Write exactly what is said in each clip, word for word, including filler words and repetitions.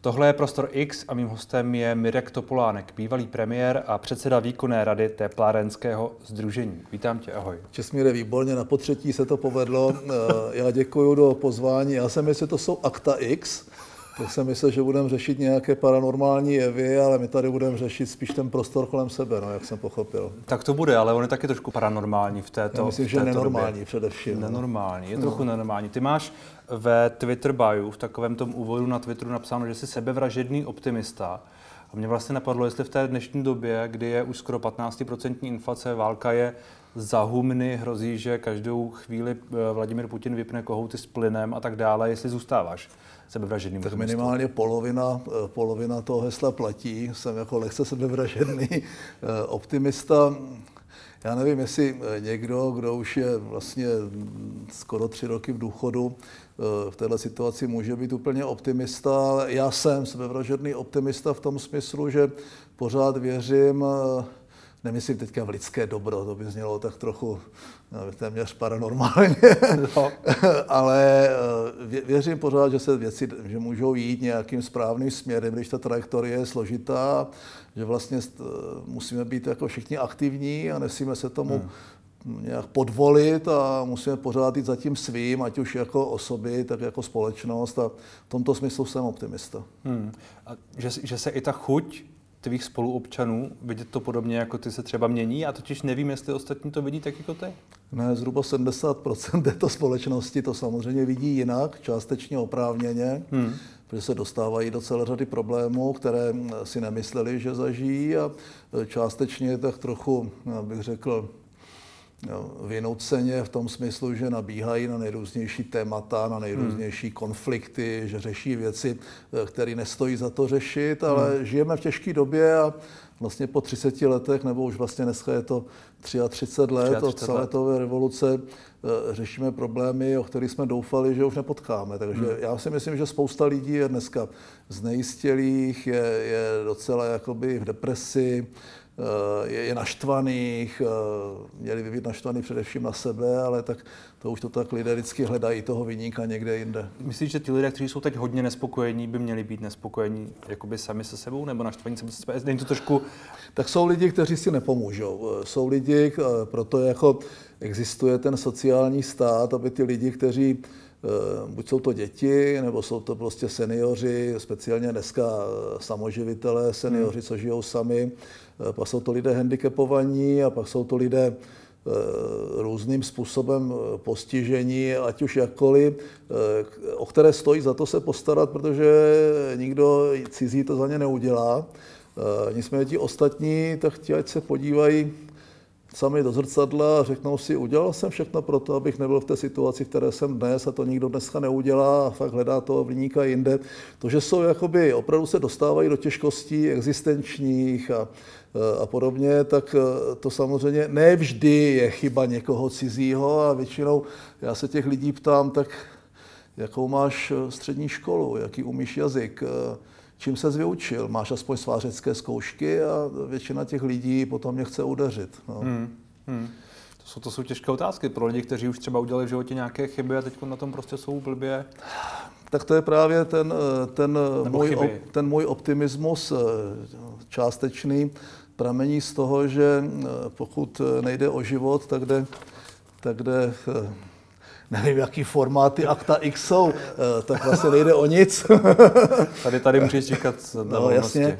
Tohle je Prostor X a mým hostem je Mirek Topolánek, bývalý premiér a předseda výkonné rady Teplárenského sdružení. Vítám tě, ahoj. Česmíre, výborně, na potřetí se to povedlo. Já děkuji do pozvání. Já jsem myslel, že to jsou Akta X. Tak jsem myslel, že budeme řešit nějaké paranormální jevy, ale my tady budeme řešit spíš ten prostor kolem sebe, no, jak jsem pochopil. Tak to bude, ale on je taky trošku paranormální v této Já myslím, v že této nenormální době. především. Nenormální, je no. trochu nenormální. Ty máš ve Twitter bio, v takovém tom úvodu na Twitteru napsáno, že jsi sebevražedný optimista. A mě vlastně napadlo, jestli v té dnešní době, kdy je už skoro patnáctiprocentní inflace, válka je za humny, hrozí, že každou chvíli Vladimír Putin vypne kohouty s plynem a tak dále, jestli zůstáváš sebevražedným Tak optimistou. minimálně polovina, polovina toho hesla platí. Jsem jako lehce sebevražedný optimista. Já nevím, jestli někdo, kdo už je vlastně skoro tři roky v důchodu, v této situaci může být úplně optimista, ale já jsem sebevražedný optimista v tom smyslu, že pořád věřím, nemyslím teďka v lidské dobro, to by znělo tak trochu téměř paranormálně, no. Ale věřím pořád, že se věci že můžou jít nějakým správným směrem, když ta trajektorie je složitá, že vlastně musíme být jako všichni aktivní a nesmíme se tomu hmm. nějak podvolit a musíme pořád jít za tím svým, ať už jako osoby, tak jako společnost, a v tomto smyslu jsem optimista. Hmm. A že, že se i ta chuť tvých spoluobčanů vidět to podobně, jako ty se třeba mění? Já totiž nevím, jestli ostatní to vidí tak jako ty. Ne, zhruba sedmdesát procent této společnosti to samozřejmě vidí jinak, částečně oprávněně, hmm. protože se dostávají do celé řady problémů, které si nemysleli, že zažijí, a částečně tak trochu, bych řekl, vynuceně v tom smyslu, že nabíhají na nejrůznější témata, na nejrůznější hmm. konflikty, že řeší věci, které nestojí za to řešit, ale hmm. žijeme v těžké době a vlastně po třiceti letech, nebo už vlastně dneska je to třicet tři let od sametové revoluce, řešíme problémy, o kterých jsme doufali, že už nepotkáme. Takže hmm. já si myslím, že spousta lidí je dneska znejistělých, je, je docela jakoby v depresi, je, je naštvaných, měli by být naštvaný především na sebe, ale tak to už to tak lidé vždycky hledají toho viníka někde jinde. Myslíš, že ti lidé, kteří jsou teď hodně nespokojení, by měli být nespokojení jakoby sami se sebou, nebo naštvaní sami se sebou? Není to trošku... Tak jsou lidi, kteří si nepomůžou. Jsou lidi, proto jako existuje ten sociální stát, aby ty lidi, kteří buď jsou to děti, nebo jsou to prostě seniori, speciálně dneska samoživitelé, seniori, co žijou sami, pak jsou to lidé handicapovaní a pak jsou to lidé různým způsobem postižení, ať už jakkoliv, o které stojí za to se postarat, protože nikdo cizí to za ně neudělá. Nicméně ti ostatní, tak ti ať se podívají sami do zrcadla a řeknou si, udělal jsem všechno pro to, abych nebyl v té situaci, v které jsem dnes, a to nikdo dneska neudělá a fakt hledá toho viníka jinde. To, že jsou jakoby, opravdu se dostávají do těžkostí existenčních a, a podobně, tak to samozřejmě ne vždy je chyba někoho cizího, a většinou já se těch lidí ptám, tak jakou máš střední školu, jaký umíš jazyk, čím ses vyučil, máš aspoň svářecké zkoušky, a většina těch lidí potom mě chce udeřit. No. Hmm, hmm. To, jsou, to jsou těžké otázky pro lidi, kteří už třeba udělali v životě nějaké chyby a teď na tom prostě jsou blbě. Tak to je právě ten, ten, můj, ten můj optimismus částečný, pramení z toho, že pokud nejde o život, tak jde, tak jde nevím, jaký formáty Akta X jsou, tak vlastně nejde o nic. Tady, tady můžeš říkat na no, jasně.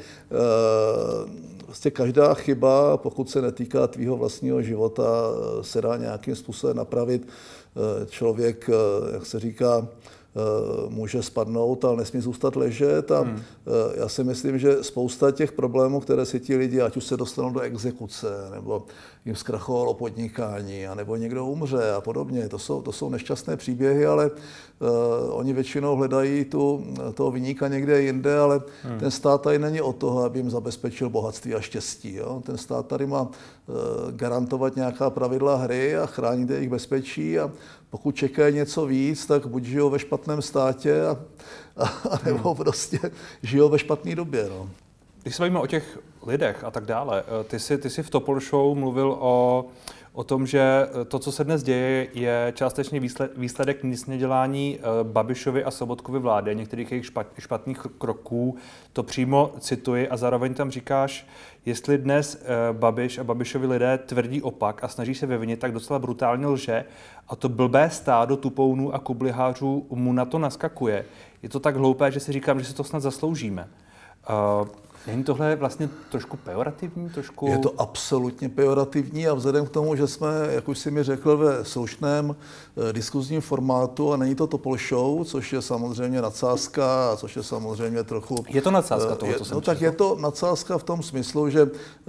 Vlastně každá chyba, pokud se netýká tvýho vlastního života, se dá nějakým způsobem napravit. Člověk, jak se říká, může spadnout, ale nesmí zůstat ležet. A hmm. já si myslím, že spousta těch problémů, které si ti lidi, ať už se dostanou do exekuce, nebo jim zkrachovalo podnikání, nebo někdo umře a podobně, to jsou, to jsou nešťastné příběhy, ale uh, oni většinou hledají tu, toho viníka někde jinde, ale hmm. ten stát tady není o toho, aby jim zabezpečil bohatství a štěstí. Jo? Ten stát tady má uh, garantovat nějaká pravidla hry a chránit jejich bezpečí, a pokud čekají něco víc, tak buď žijou ve špatném státě, a, a, a nebo prostě žijou ve špatné době. No. Když se bavíme o těch lidech a tak dále, ty jsi, ty jsi v Topol Show mluvil o, o tom, že to, co se dnes děje, je částečně výsledek nic nedělání Babišovy a Sobotkovy vlády a některých jejich špatných kroků. To přímo cituji a zároveň tam říkáš, jestli dnes Babiš a Babišovi lidé tvrdí opak a snaží se vyvinit, tak docela brutálně lže a to blbé stádo tupounů a kublihářů mu na to naskakuje. Je to tak hloupé, že si říkám, že si to snad zasloužíme. Uh, Není tohle vlastně trošku pejorativní? Trošku... Je to absolutně pejorativní a vzhledem k tomu, že jsme, jak už si mi řekl, ve slušném eh, diskuzním formátu a není to Topol Show, což je samozřejmě nadsázka a což je samozřejmě trochu... Je to nadsázka toho, co jsem No tak je to nadsázka v tom smyslu, že eh,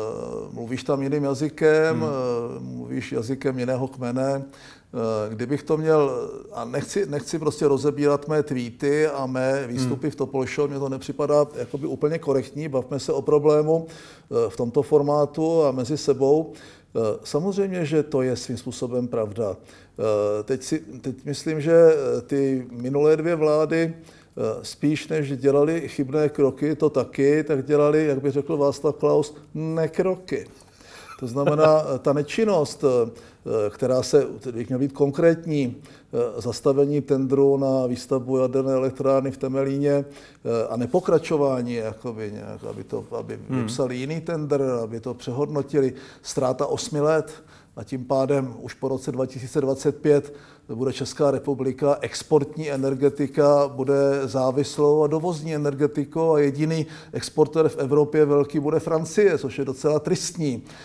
mluvíš tam jiným jazykem, hmm. eh, mluvíš jazykem jiného kmene. Kdybych to měl, a nechci, nechci prostě rozebírat mé tweety a mé výstupy hmm. v Topol Show, mně to nepřipadá jakoby úplně korektní, bavme se o problému v tomto formátu a mezi sebou. Samozřejmě, že to je svým způsobem pravda. Teď, si, teď myslím, že ty minulé dvě vlády spíš než dělali chybné kroky, to taky, tak dělali, jak by řekl Václav Klaus, nekroky. To znamená, ta nečinnost, která se, bych měl být konkrétní, zastavení tendru na výstavbu jaderné elektrárny v Temelíně a nepokračování, jakoby nějak, aby, to, aby hmm. vypsali jiný tender, aby to přehodnotili, ztráta osmi let a tím pádem už po roce dva tisíce dvacet pět bude Česká republika, exportní energetika bude závislou a dovozní energetikou a jediný exportér v Evropě velký bude Francie, což je docela tristní. E,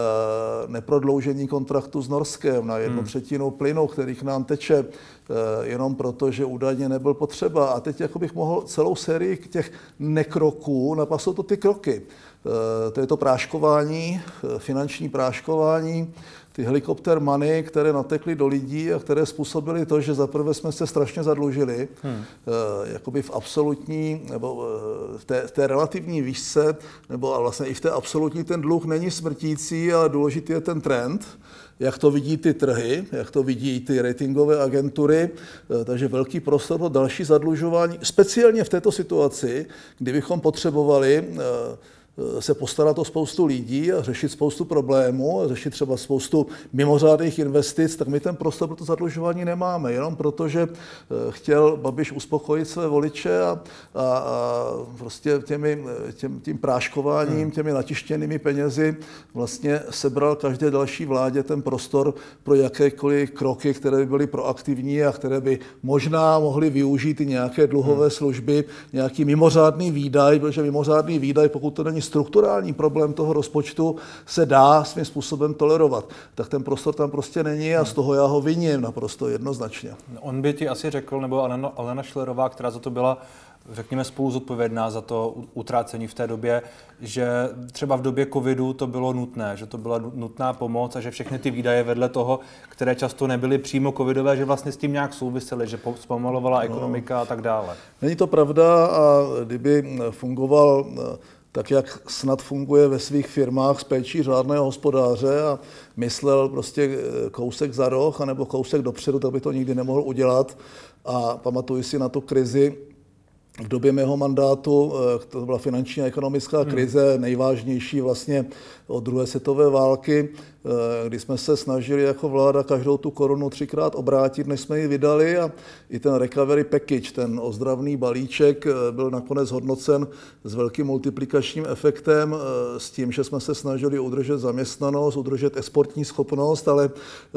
neprodloužení kontraktu s Norskem na jednu hmm. třetinu plynu, který k nám teče, e, jenom proto, že údajně nebyl potřeba. A teď jako bych mohl celou sérii těch nekroků, napak jsou to ty kroky. E, to je to práškování, finanční práškování, ty helikopter money, které natekly do lidí a které způsobily to, že zaprvé jsme se strašně zadlužili, hmm. e, jakoby v absolutní, nebo v té, v té relativní výšce, nebo a vlastně i v té absolutní ten dluh není smrtící, ale důležitý je ten trend, jak to vidí ty trhy, jak to vidí ty ratingové agentury, e, takže velký prostor pro další zadlužování, speciálně v této situaci, kdybychom potřebovali e, se postarat o spoustu lidí a řešit spoustu problémů, a řešit třeba spoustu mimořádných investic, tak my ten prostor pro to zadlužování nemáme, jenom proto, že chtěl Babiš uspokojit své voliče a, a, a prostě těmi, těm, tím práškováním, těmi natištěnými penězi vlastně sebral každé další vládě ten prostor pro jakékoliv kroky, které by byly proaktivní a které by možná mohly využít i nějaké dluhové služby, nějaký mimořádný výdaj, protože mimořádný výdaj, pokud to není strukturální problém toho rozpočtu, se dá svým způsobem tolerovat. Tak ten prostor tam prostě není a z toho já ho viním naprosto jednoznačně. On by ti asi řekl, nebo Alena, Alena Schillerová, která za to byla, řekněme, spolu zodpovědná za to utrácení v té době, že třeba v době covidu to bylo nutné, že to byla nutná pomoc a že všechny ty výdaje vedle toho, které často nebyly přímo covidové, že vlastně s tím nějak souvisely, že zpomalovala ekonomika a tak dále. Není to pravda a kdyby fungoval tak, jak snad funguje ve svých firmách s péčí řádného hospodáře a myslel prostě kousek za roh anebo kousek dopředu, tak by to nikdy nemohl udělat. A pamatuju si na tu krizi v době mého mandátu, to byla finanční a ekonomická krize, nejvážnější vlastně od druhé světové války, kdy jsme se snažili jako vláda každou tu korunu třikrát obrátit, než jsme ji vydali a i ten recovery package, ten ozdravný balíček byl nakonec hodnocen s velkým multiplikačním efektem, s tím, že jsme se snažili udržet zaměstnanost, udržet exportní schopnost, ale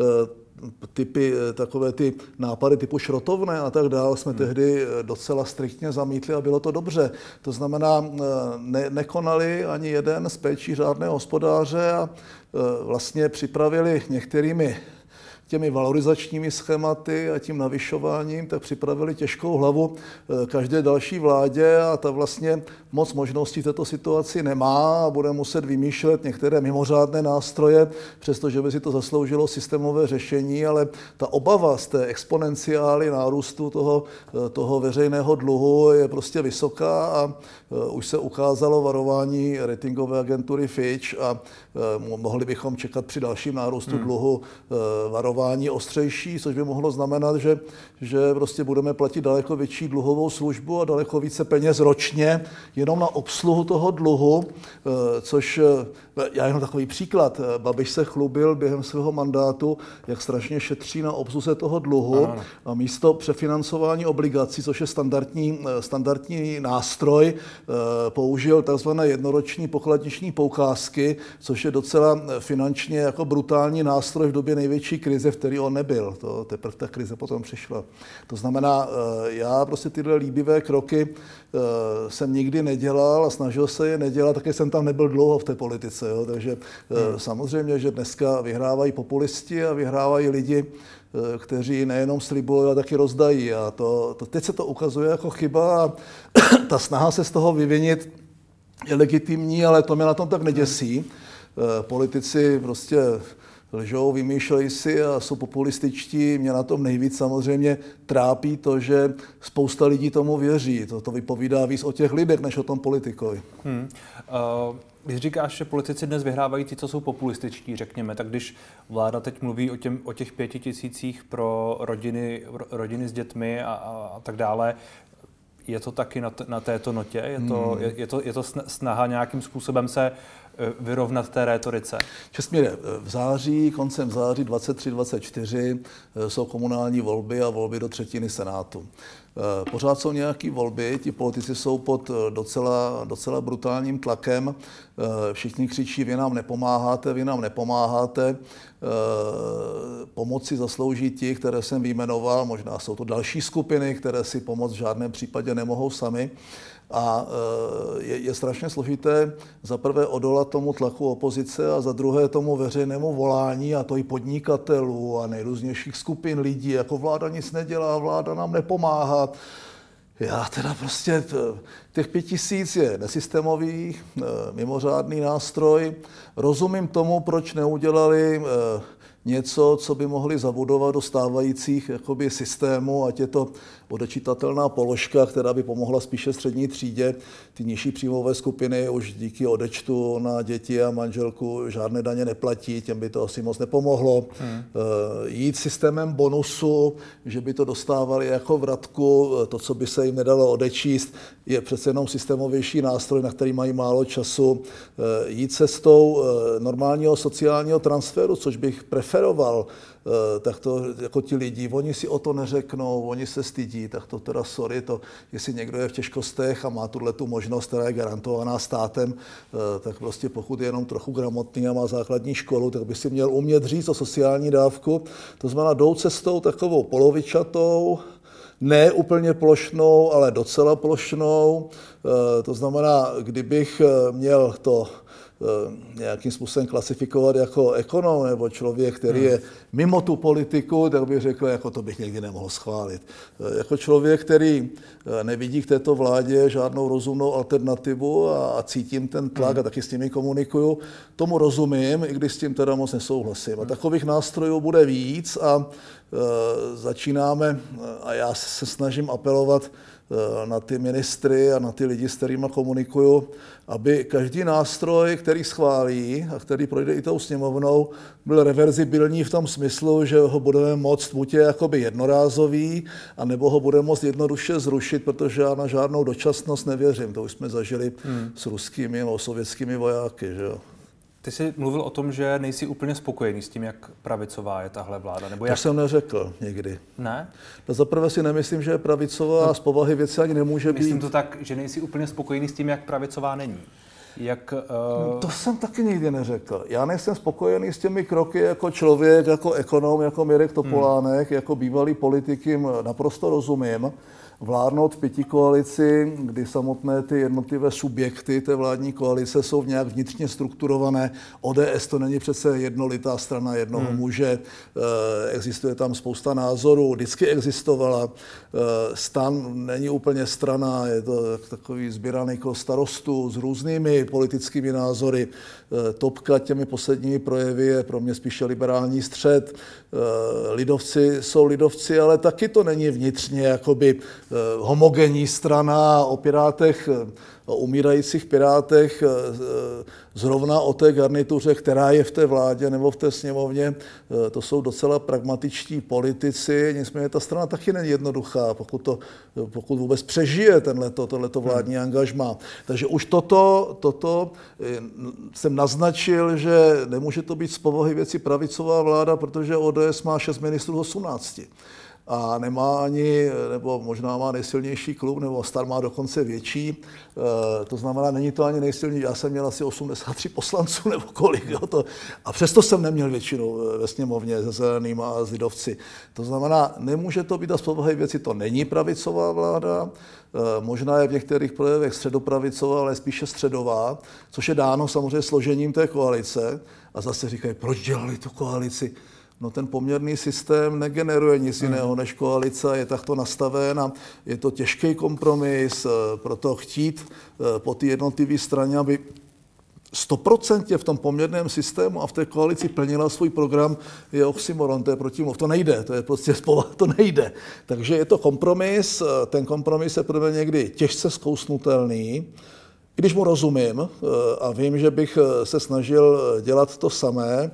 typy, takové ty nápady typu šrotovné a tak dále jsme hmm. tehdy docela striktně zamítli a bylo to dobře. To znamená, ne, nekonali ani jeden z péčí řádného hospodáře a vlastně připravili některými těmi valorizačními schématy a tím navyšováním, tak připravili těžkou hlavu každé další vládě a ta vlastně moc možností této situaci nemá a bude muset vymýšlet některé mimořádné nástroje, přestože by si to zasloužilo systémové řešení, ale ta obava z té exponenciály nárůstu toho, toho veřejného dluhu je prostě vysoká a už se ukázalo varování ratingové agentury Fitch a mohli bychom čekat při dalším nárůstu hmm. dluhu varování ostřejší, což by mohlo znamenat, že, že prostě budeme platit daleko větší dluhovou službu a daleko více peněz ročně jenom na obsluhu toho dluhu, což Já jenom takový příklad. Babiš se chlubil během svého mandátu, jak strašně šetří na obsluze toho dluhu ano. a místo přefinancování obligací, což je standardní, standardní nástroj, použil takzvané jednoroční pokladniční poukázky, což je docela finančně jako brutální nástroj v době největší krize, v který on nebyl. To teprve ta krize potom přišla. To znamená, já prostě tyhle líbivé kroky jsem nikdy nedělal a snažil se je nedělat, také jsem tam nebyl dlouho v té politice. Jo? Takže hmm. samozřejmě, že dneska vyhrávají populisti a vyhrávají lidi, kteří nejenom slibují, ale taky rozdají. A to, to, teď se to ukazuje jako chyba a ta snaha se z toho vyvinit je legitimní, ale to mě na tom tak neděsí. Politici prostě lžou, vymýšlejí si a jsou populističtí. Mě na tom nejvíc samozřejmě trápí to, že spousta lidí tomu věří. To, to vypovídá víc o těch lidech, než o tom politikovi. Hmm. Uh, když říkáš, že politici dnes vyhrávají ti, co jsou populističtí, řekněme, tak když vláda teď mluví o, těm, o těch pěti tisících pro rodiny, rodiny s dětmi a, a, a tak dále, je to taky na, t- na této notě? Je to, hmm. je, je, to, je to snaha nějakým způsobem se vyrovnat té rétorice? Čestmíre, v září, koncem září dvacet tři dvacet čtyři jsou komunální volby a volby do třetiny Senátu. Pořád jsou nějaké volby, ti politici jsou pod docela, docela brutálním tlakem. Všichni křičí, vy nám nepomáháte, vy nám nepomáháte. Pomoci zaslouží ti, které jsem vyjmenoval, možná jsou to další skupiny, které si pomoct v žádném případě nemohou sami. A je, je strašně složité za prvé odolat tomu tlaku opozice a za druhé tomu veřejnému volání, a to i podnikatelů a nejrůznějších skupin lidí, jako vláda nic nedělá, vláda nám nepomáhá. Já teda prostě, těch pět tisíc je nesystémový, mimořádný nástroj. Rozumím tomu, proč neudělali něco, co by mohli zabudovat do stávajících jakoby, systémů, ať je to odečitatelná položka, která by pomohla spíše střední třídě. Ty nižší příjmové skupiny už díky odečtu na děti a manželku žádné daně neplatí, těm by to asi moc nepomohlo. Hmm. Jít systémem bonusu, že by to dostávali jako vratku, to, co by se jim nedalo odečíst, je přece jenom systémovější nástroj, na který mají málo času. Jít cestou normálního sociálního transferu, což bych preferoval, tak to jako ti lidi, oni si o to neřeknou, oni se stydí, tak to teda sorry, to, jestli někdo je v těžkostech a má tuhle tu možnost, která je garantovaná státem, tak prostě pokud je jenom trochu gramotný a má základní školu, tak by si měl umět říct o sociální dávku. To znamená, jdou cestou takovou polovičatou, ne úplně plošnou, ale docela plošnou. To znamená, kdybych měl to nějakým způsobem klasifikovat jako ekonom nebo člověk, který je mimo tu politiku, tak bych řekl, jako to bych někdy nemohl schválit. Jako člověk, který nevidí k této vládě žádnou rozumnou alternativu a, a cítím ten tlak hmm. a taky s nimi komunikuju, tomu rozumím, i když s tím teda moc nesouhlasím. A takových nástrojů bude víc a e, začínáme, a já se snažím apelovat na ty ministry a na ty lidi, s kterými komunikuju, aby každý nástroj, který schválí a který projde i tou sněmovnou, byl reverzibilní v tom smyslu, že ho budeme moct buď je jakoby jednorázový, anebo ho budeme moct jednoduše zrušit, protože já na žádnou dočasnost nevěřím. To už jsme zažili hmm. s ruskými nebo sovětskými vojáky. Že jo? Ty jsi mluvil o tom, že nejsi úplně spokojený s tím, jak pravicová je tahle vláda. Nebo jak... To jsem neřekl někdy. Ne? No zaprvé si nemyslím, že je pravicová a z povahy věci ani nemůže Myslím být. Myslím to tak, že nejsi úplně spokojený s tím, jak pravicová není. Jak, uh... To jsem taky nikdy neřekl. Já nejsem spokojený s těmi kroky jako člověk, jako ekonom, jako Mirek Topolánek, hmm. jako bývalý politik, jim naprosto rozumím. Vládnout v pětikoalici, kdy samotné ty jednotlivé subjekty té vládní koalice jsou nějak vnitřně strukturované. O D S to není přece jednolitá strana jednoho hmm. muže, existuje tam spousta názorů, vždycky existovala. STAN není úplně strana, je to takový sběraný kolo starostů s různými politickými názory. Topka těmi posledními projevy je pro mě spíše liberální střed. Lidovci jsou lidovci, ale taky to není vnitřně jakoby homogenní strana, o Pirátech, o umírajících Pirátech, zrovna o té garnituře, která je v té vládě nebo v té sněmovně, to jsou docela pragmatičtí politici, nicméně ta strana taky není jednoduchá, pokud, to, pokud vůbec přežije tenhleto, tohleto vládní hmm. angažmá. Takže už toto, toto jsem naznačil, že nemůže to být z povahy věci pravicová vláda, protože O D S má šest ministrů z osmnácti. A nemá ani, nebo možná má nejsilnější klub, nebo Stan má dokonce větší. E, to znamená, není to ani nejsilnější. Já jsem měl asi osmdesát tři poslanců, nebo kolik. Jo, to, a přesto jsem neměl většinu ve sněmovně se Zelenýma a s lidovci. To znamená, nemůže to být a z povahy věci, to není pravicová vláda. E, možná je v některých projevech středopravicová, ale spíše středová, což je dáno samozřejmě složením té koalice. A zase říkají, proč dělali tu koalici? No ten poměrný systém negeneruje nic jiného než koalice, je takto nastaven a je to těžký kompromis, proto chtít po té jednotlivé straně, aby sto procent v tom poměrném systému a v té koalici plnila svůj program, je oxymoron, to je protimluv, to nejde, to je prostě spolu, to nejde. Takže je to kompromis, ten kompromis je pro mě někdy těžce zkousnutelný, když mu rozumím a vím, že bych se snažil dělat to samé,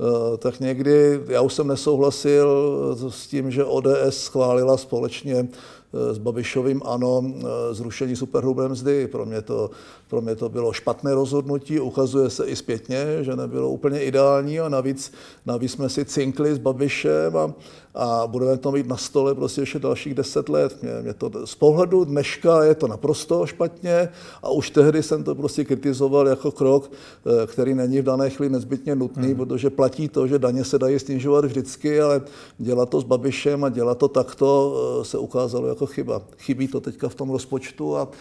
tak někdy já už jsem nesouhlasil s tím, že O D S schválila společně s Babišovým ANO zrušení superhrubé mzdy. Pro mě to, pro mě to bylo špatné rozhodnutí, ukazuje se i zpětně, že nebylo úplně ideální a navíc, navíc jsme si cinkli s Babišem a, a budeme to mít na stole prostě ještě dalších deset let. Mě, mě to, z pohledu dneška je to naprosto špatně a už tehdy jsem to prostě kritizoval jako krok, který není v dané chvíli nezbytně nutný, hmm. protože platí to, že daně se dají snižovat vždycky, ale dělat to s Babišem a dělat to takto se ukázalo jako chyba. Chybí to teďka v tom rozpočtu a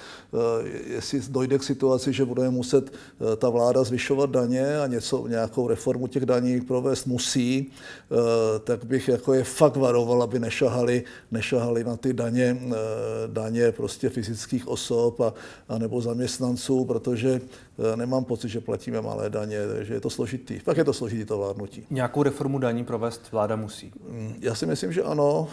jestli dojde k situaci, že budeme muset ta vláda zvyšovat daně a něco, nějakou reformu těch daní provést musí, tak bych jako je fakt varoval, aby nešahali, nešahali na ty daně, daně prostě fyzických osob a, a nebo zaměstnanců, protože nemám pocit, že platíme malé daně, takže je to složitý. Pak je to složitý to vládnutí. Nějakou reformu daní provést vláda musí? Já si myslím, že ano.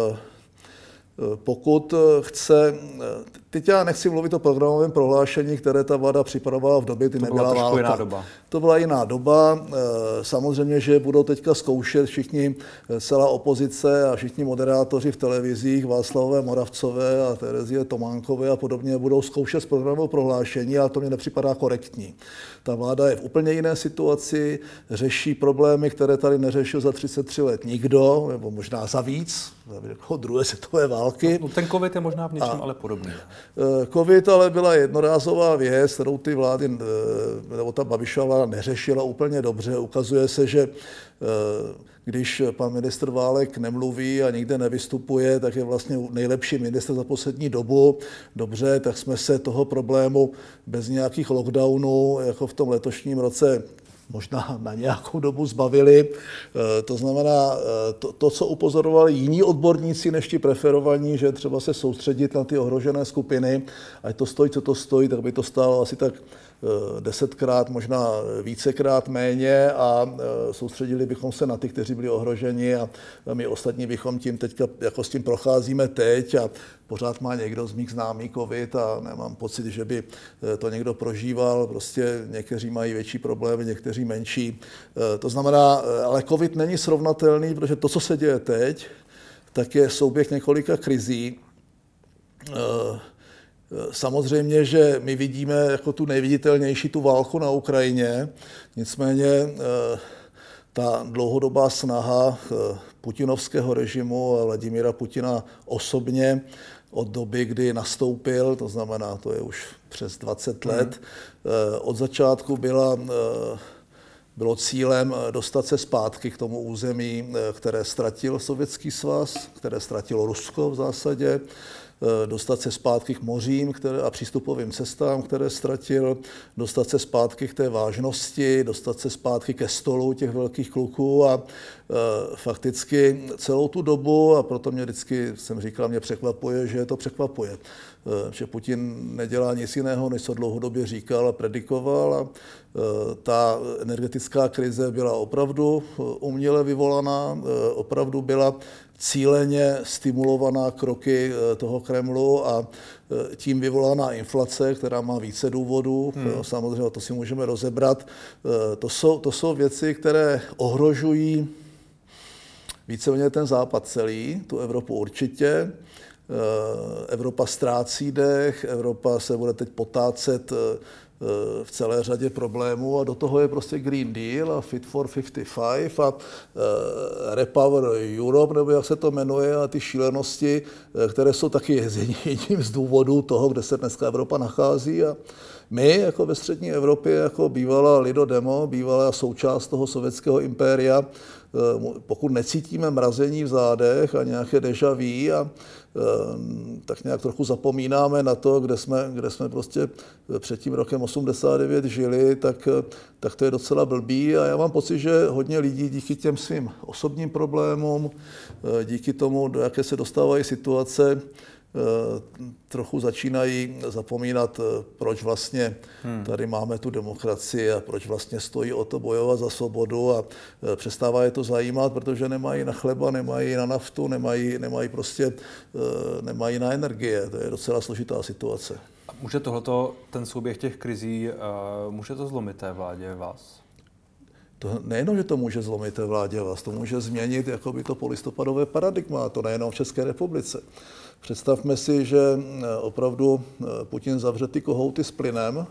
Pokud chce, teď já nechci mluvit o programovém prohlášení, které ta vláda připravovala v době, kdy nebyla válka. To byla jiná doba. To byla jiná doba. Samozřejmě, že budou teďka zkoušet všichni, celá opozice a všichni moderátoři v televizích, Václavové Moravcové a Terezie Tománkové a podobně, budou zkoušet z programového prohlášení, ale to mně nepřipadá korektní. Ta vláda je v úplně jiné situaci, řeší problémy, které tady neřešil za třicet tři let nikdo, nebo možná za víc, od druhé světové války. No, ten covid je možná v něčem a, ale podobný. Covid ale byla jednorázová věc, kterou ty vlády, nebo ta Babišova vláda neřešila úplně dobře. Ukazuje se, že když pan ministr Válek nemluví a nikde nevystupuje, tak je vlastně nejlepší ministr za poslední dobu. Dobře, tak jsme se toho problému bez nějakých lockdownů, jako v tom letošním roce, možná na nějakou dobu zbavili. To znamená, to, to, co upozorovali jiní odborníci než ti preferovaní, že třeba se soustředit na ty ohrožené skupiny, ať to stojí, co to stojí, tak by to stálo asi tak desetkrát, možná vícekrát méně a soustředili bychom se na ty, kteří byli ohroženi a my ostatní bychom tím teďka, jako s tím procházíme teď a pořád má někdo z mých známých covid a nemám pocit, že by to někdo prožíval, prostě někteří mají větší problémy, někteří menší. To znamená, ale covid není srovnatelný, protože to, co se děje teď, tak je souběh několika krizí. Samozřejmě, že my vidíme jako tu nejviditelnější tu válku na Ukrajině, nicméně ta dlouhodobá snaha putinovského režimu a Vladimíra Putina osobně od doby, kdy nastoupil, to znamená, to je už přes dvacet let, hmm. od začátku byla, bylo cílem dostat se zpátky k tomu území, které ztratil Sovětský svaz, které ztratilo Rusko v zásadě, dostat se zpátky k mořím které, a přístupovým cestám, které ztratil, dostat se zpátky k té vážnosti, dostat se zpátky ke stolu těch velkých kluků a e, fakticky celou tu dobu, a proto mě vždycky, jsem říkal, mě překvapuje, že to překvapuje, e, že Putin nedělá nic jiného, než co dlouhodobě říkal a predikoval a e, ta energetická krize byla opravdu uměle vyvolaná, e, opravdu byla cíleně stimulovaná kroky toho Kremlu a tím vyvolaná inflace, která má více důvodů, hmm. samozřejmě to si můžeme rozebrat. To jsou, to jsou věci, které ohrožují víceméně ten západ celý, tu Evropu určitě. Evropa ztrácí dech, Evropa se bude teď potácet v celé řadě problémů a do toho je prostě Green Deal a Fit for padesát pět a Repower Europe, nebo jak se to jmenuje, a ty šílenosti, které jsou taky jedním z důvodů toho, kde se dneska Evropa nachází. A my, jako ve střední Evropě, jako bývalá Lidodemo, bývalá součást toho sovětského impéria, pokud necítíme mrazení v zádech a nějaké déjà vu a tak nějak trochu zapomínáme na to, kde jsme, kde jsme prostě před tím rokem osmdesát devět žili, tak, tak to je docela blbý. A já mám pocit, že hodně lidí díky těm svým osobním problémům, díky tomu, do jaké se dostávají situace, trochu začínají zapomínat, proč vlastně tady máme tu demokracii a proč vlastně stojí o to bojovat za svobodu a přestává je to zajímat, protože nemají na chleba, nemají na naftu, nemají, nemají prostě nemají na energie. To je docela složitá situace. A může tohleto, ten souběh těch krizí, může to zlomit té vládě vás? To nejenom, že to může zlomit té vládě vás, to může změnit jakoby to polistopadové paradigma, to nejenom v České republice. Představme si, že opravdu Putin zavře ty kohouty s plynem.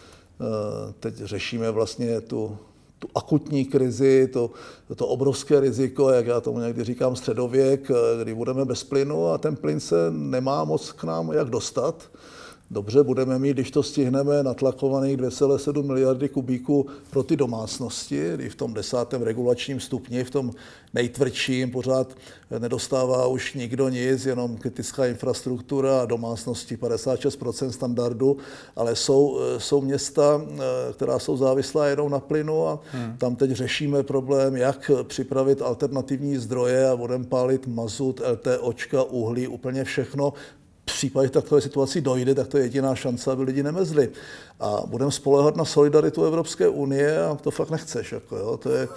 Teď řešíme vlastně tu, tu akutní krizi, to, to obrovské riziko, jak já tomu někdy říkám, středověk, kdy budeme bez plynu a ten plyn se nemá moc k nám jak dostat. Dobře, budeme mít, když to stihneme, natlakovaných dvě celé sedm miliardy kubíků pro ty domácnosti, kdy v tom desátém regulačním stupni, v tom nejtvrdším, pořád nedostává už nikdo nic, jenom kritická infrastruktura a domácnosti padesát šest procent standardu, ale jsou, jsou města, která jsou závislá jenom na plynu a hmm. tam teď řešíme problém, jak připravit alternativní zdroje a budeme pálit mazut, LTOčka, uhlí, úplně všechno. V případě, že takové situaci dojde, tak to je jediná šance, aby lidi nemezli. A budeme spoléhat na solidaritu Evropské unie a to fakt nechceš. Jako, jo. To je,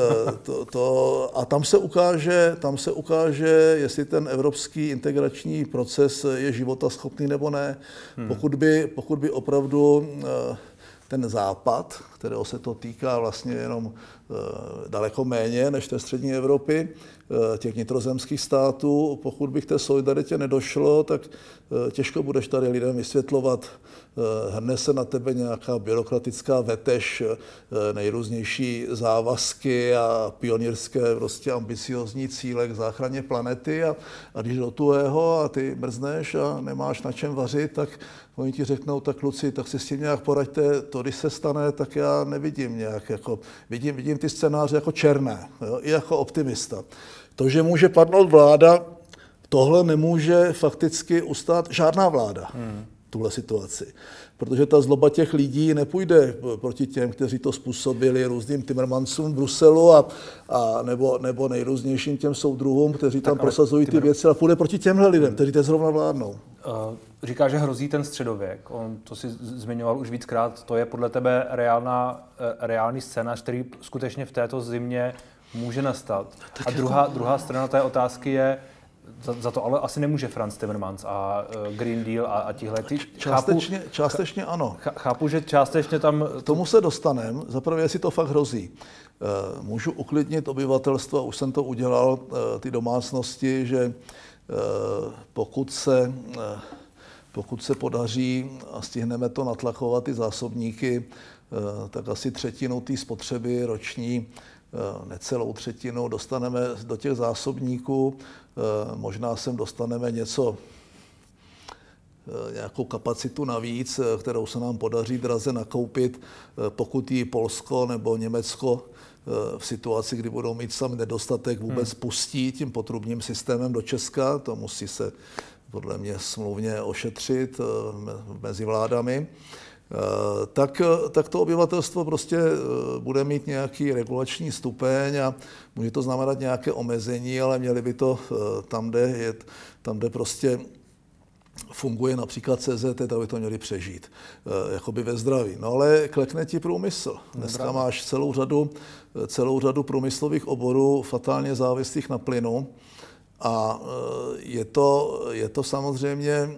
to, to, a tam se, ukáže, tam se ukáže, jestli ten evropský integrační proces je životaschopný nebo ne. Hmm. Pokud by, pokud by opravdu ten západ, kterého se to týká vlastně jenom daleko méně než té střední Evropy, těch nitrozemských států, pokud by k té solidaritě nedošlo, tak těžko budeš tady lidem vysvětlovat, hrne se na tebe nějaká byrokratická vetež, nejrůznější závazky a pionýrské prostě ambiciozní cíle k záchraně planety a, a když do tuhého a ty mrzneš a nemáš na čem vařit, tak oni ti řeknou, tak kluci, tak si s tím nějak poraďte, to když se stane, tak já nevidím nějak, jako, vidím, vidím ty scénáře jako černé, jo, i jako optimista. To, že může padnout vláda, tohle nemůže fakticky ustát žádná vláda, hmm. tuhle situaci. Protože ta zloba těch lidí nepůjde proti těm, kteří to způsobili různým Timmermansům v Bruselu a, a nebo, nebo nejrůznějším těm soudruhům, kteří tam tak, prosazují ty věci, ale půjde proti těmhle lidem, kteří teď zrovna vládnou. Uh, říká, že hrozí ten středověk. On to si zmiňoval už víckrát. To je podle tebe reálná, reálný scénář, který skutečně v této zimě může nastat. A druhá, druhá strana té otázky je, Za, za to ale asi nemůže Frans Timmermans a uh, Green Deal a, a tihle. Ty, částečně, chápu, částečně ano. Chápu, že částečně tam... K tomu se dostaneme. Zaprvé, jestli to fakt hrozí. Uh, můžu uklidnit obyvatelstvo, už jsem to udělal, uh, ty domácnosti, že uh, pokud se, uh, pokud se podaří a stihneme to natlakovat ty zásobníky, uh, tak asi třetinu té spotřeby roční, necelou třetinu dostaneme do těch zásobníků, možná sem dostaneme něco, nějakou kapacitu navíc, kterou se nám podaří draze nakoupit, pokud ji Polsko nebo Německo v situaci, kdy budou mít sami nedostatek, vůbec hmm. pustí tím potrubním systémem do Česka. To musí se podle mě smluvně ošetřit mezi vládami. Tak, tak to obyvatelstvo prostě bude mít nějaký regulační stupeň a může to znamenat nějaké omezení, ale měli by to tam, kde, je, tam, kde prostě funguje například C Z T, tak by to měli přežít, jakoby ve zdraví. No ale klekne ti průmysl. Dneska máš celou řadu, celou řadu průmyslových oborů fatálně závislých na plynu A je to, je to samozřejmě,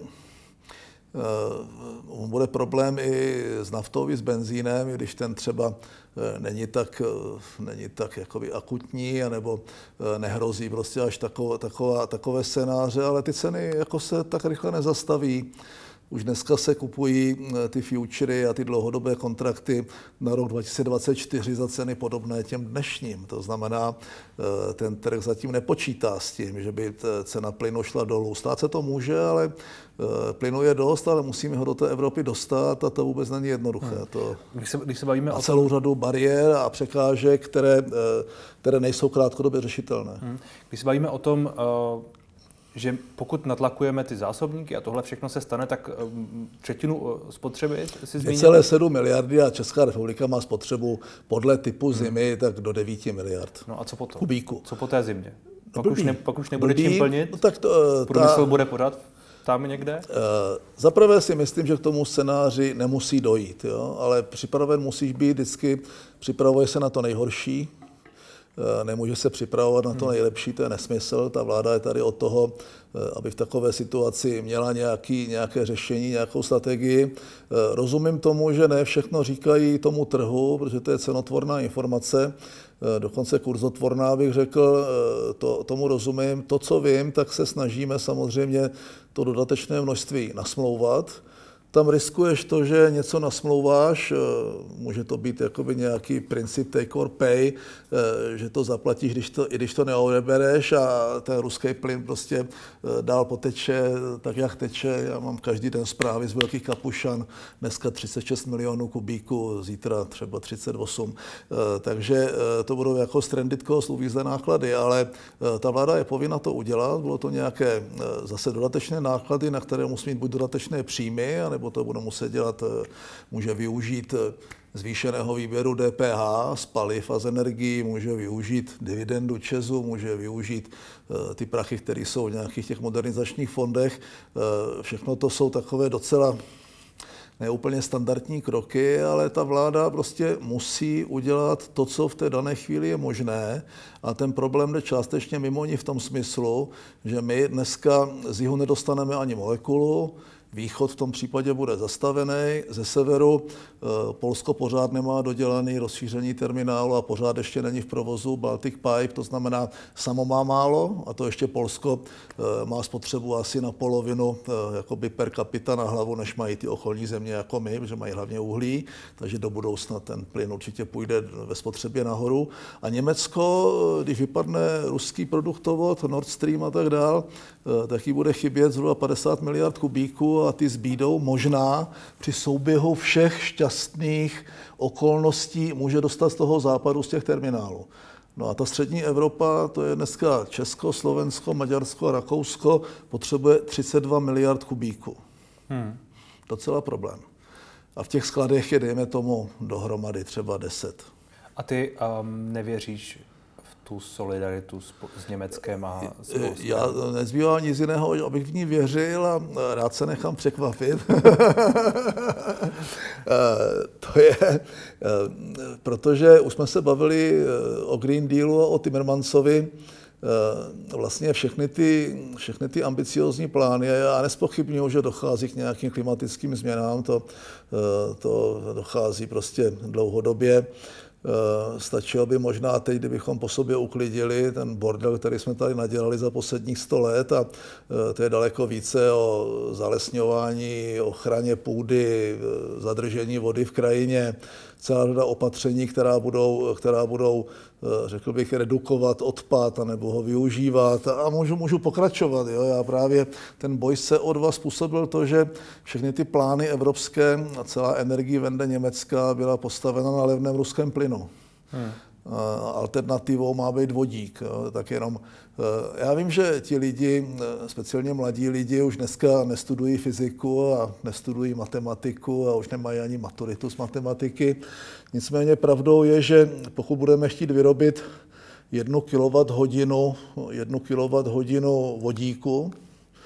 bude problém i s naftou, i s benzínem, i když ten třeba není tak, není tak jakoby akutní, anebo nehrozí prostě až takové, takové, takové scénáře, ale ty ceny jako se tak rychle nezastaví. Už dneska se kupují ty futury a ty dlouhodobé kontrakty na rok dva tisíce dvacet čtyři za ceny podobné těm dnešním. To znamená, ten trh zatím nepočítá s tím, že by cena plynu šla dolů. Stát se to může, ale plynu je dost, ale musíme ho do té Evropy dostat a to vůbec není jednoduché. Hmm. To když, se, když se bavíme a o celou řadu bariér a překážek, které, které nejsou krátkodobě řešitelné. Hmm. Když se bavíme o tom, uh... že pokud natlakujeme ty zásobníky a tohle všechno se stane, tak třetinu spotřeby si zmínil? dvě celé sedm miliardy a Česká republika má spotřebu podle typu zimy hmm. tak do devět miliard. No a co potom? Kubíku. Co po té zimě? Pak, no už, ne, pak už nebude blbý. čím plnit? No, tak to, průmysl ta, bude podat tam někde? Uh, Zaprvé si myslím, že k tomu scénáři nemusí dojít, jo? Ale připraven musíš být vždycky, připravuje se na to nejhorší, nemůže se připravovat na to nejlepší, to je nesmysl. Ta vláda je tady od toho, aby v takové situaci měla nějaký, nějaké řešení, nějakou strategii. Rozumím tomu, že ne všechno říkají tomu trhu, protože to je cenotvorná informace, dokonce kurzotvorná, bych řekl, to, tomu rozumím. To, co vím, tak se snažíme samozřejmě to dodatečné množství nasmlouvat. Tam riskuješ to, že něco nasmlouváš, může to být jakoby nějaký princip take or pay, že to zaplatíš, když to, i když to neodebereš a ten ruský plyn prostě dál poteče tak, jak teče. Já mám každý den zprávy z Velkých Kapušan, dneska třicet šest milionů kubíků, zítra třeba třicet osm. Takže to budou jako stranded cost, uvízlé náklady, ale ta vláda je povinna to udělat. Bylo to nějaké zase dodatečné náklady, na které musí mít buď dodatečné příjmy, nebo to bude muset dělat, může využít zvýšeného výběru D P H z paliv a z energií, může využít dividendu ČEZu, může využít ty prachy, které jsou v nějakých těch modernizačních fondech. Všechno to jsou takové docela neúplně standardní kroky, ale ta vláda prostě musí udělat to, co v té dané chvíli je možné. A ten problém jde částečně mimo ní v tom smyslu, že my dneska z jihu nedostaneme ani molekulu, východ v tom případě bude zastavený, ze severu Polsko pořád nemá dodělaný rozšíření terminálu a pořád ještě není v provozu Baltic Pipe, to znamená, samo má málo a to ještě Polsko má spotřebu asi na polovinu jakoby per capita na hlavu, než mají ty okolní země jako my, protože mají hlavně uhlí, takže do budoucna ten plyn určitě půjde ve spotřebě nahoru. A Německo, když vypadne ruský produktovod, Nord Stream a tak dál, taky bude chybět zhruba padesát miliard kubíků a ty zbídou možná při souběhu všech šťastných okolností může dostat z toho západu z těch terminálů. No a ta střední Evropa, to je dneska Česko, Slovensko, Maďarsko a Rakousko, potřebuje třicet dva miliard kubíků. Hmm. Docela problém. A v těch skladech je, dejme tomu, dohromady třeba deset. A ty um, nevěříš tu solidaritu s, s Německem a s Polskem? Já nezbývá nic jiného, abych v ní věřil a rád se nechám překvapit. To je, protože už jsme se bavili o Green Dealu a o Timmermansovi, vlastně všechny ty, všechny ty ambiciózní plány, já nezpochybnuju, že dochází k nějakým klimatickým změnám, to, to dochází prostě dlouhodobě. Stačilo by možná teď, kdybychom po sobě uklidili ten bordel, který jsme tady nadělali za posledních sto let a to je daleko více o zalesňování, ochraně půdy, zadržení vody v krajině, celá řada opatření, která budou, která budou, řekl bych, redukovat odpad nebo ho využívat a můžu, můžu pokračovat. Jo? Já právě ten boj se od vás způsobil to, že všechny ty plány evropské a celá Energiewende Německa byla postavena na levném ruském plynu. Hmm. Alternativou má být vodík. Jo? Tak jenom, já vím, že ti lidi, speciálně mladí lidi, už dneska nestudují fyziku a nestudují matematiku a už nemají ani maturitu z matematiky. Nicméně pravdou je, že pokud budeme chtít vyrobit jednu kilowatthodinu, jednu kilowatthodinu vodíku,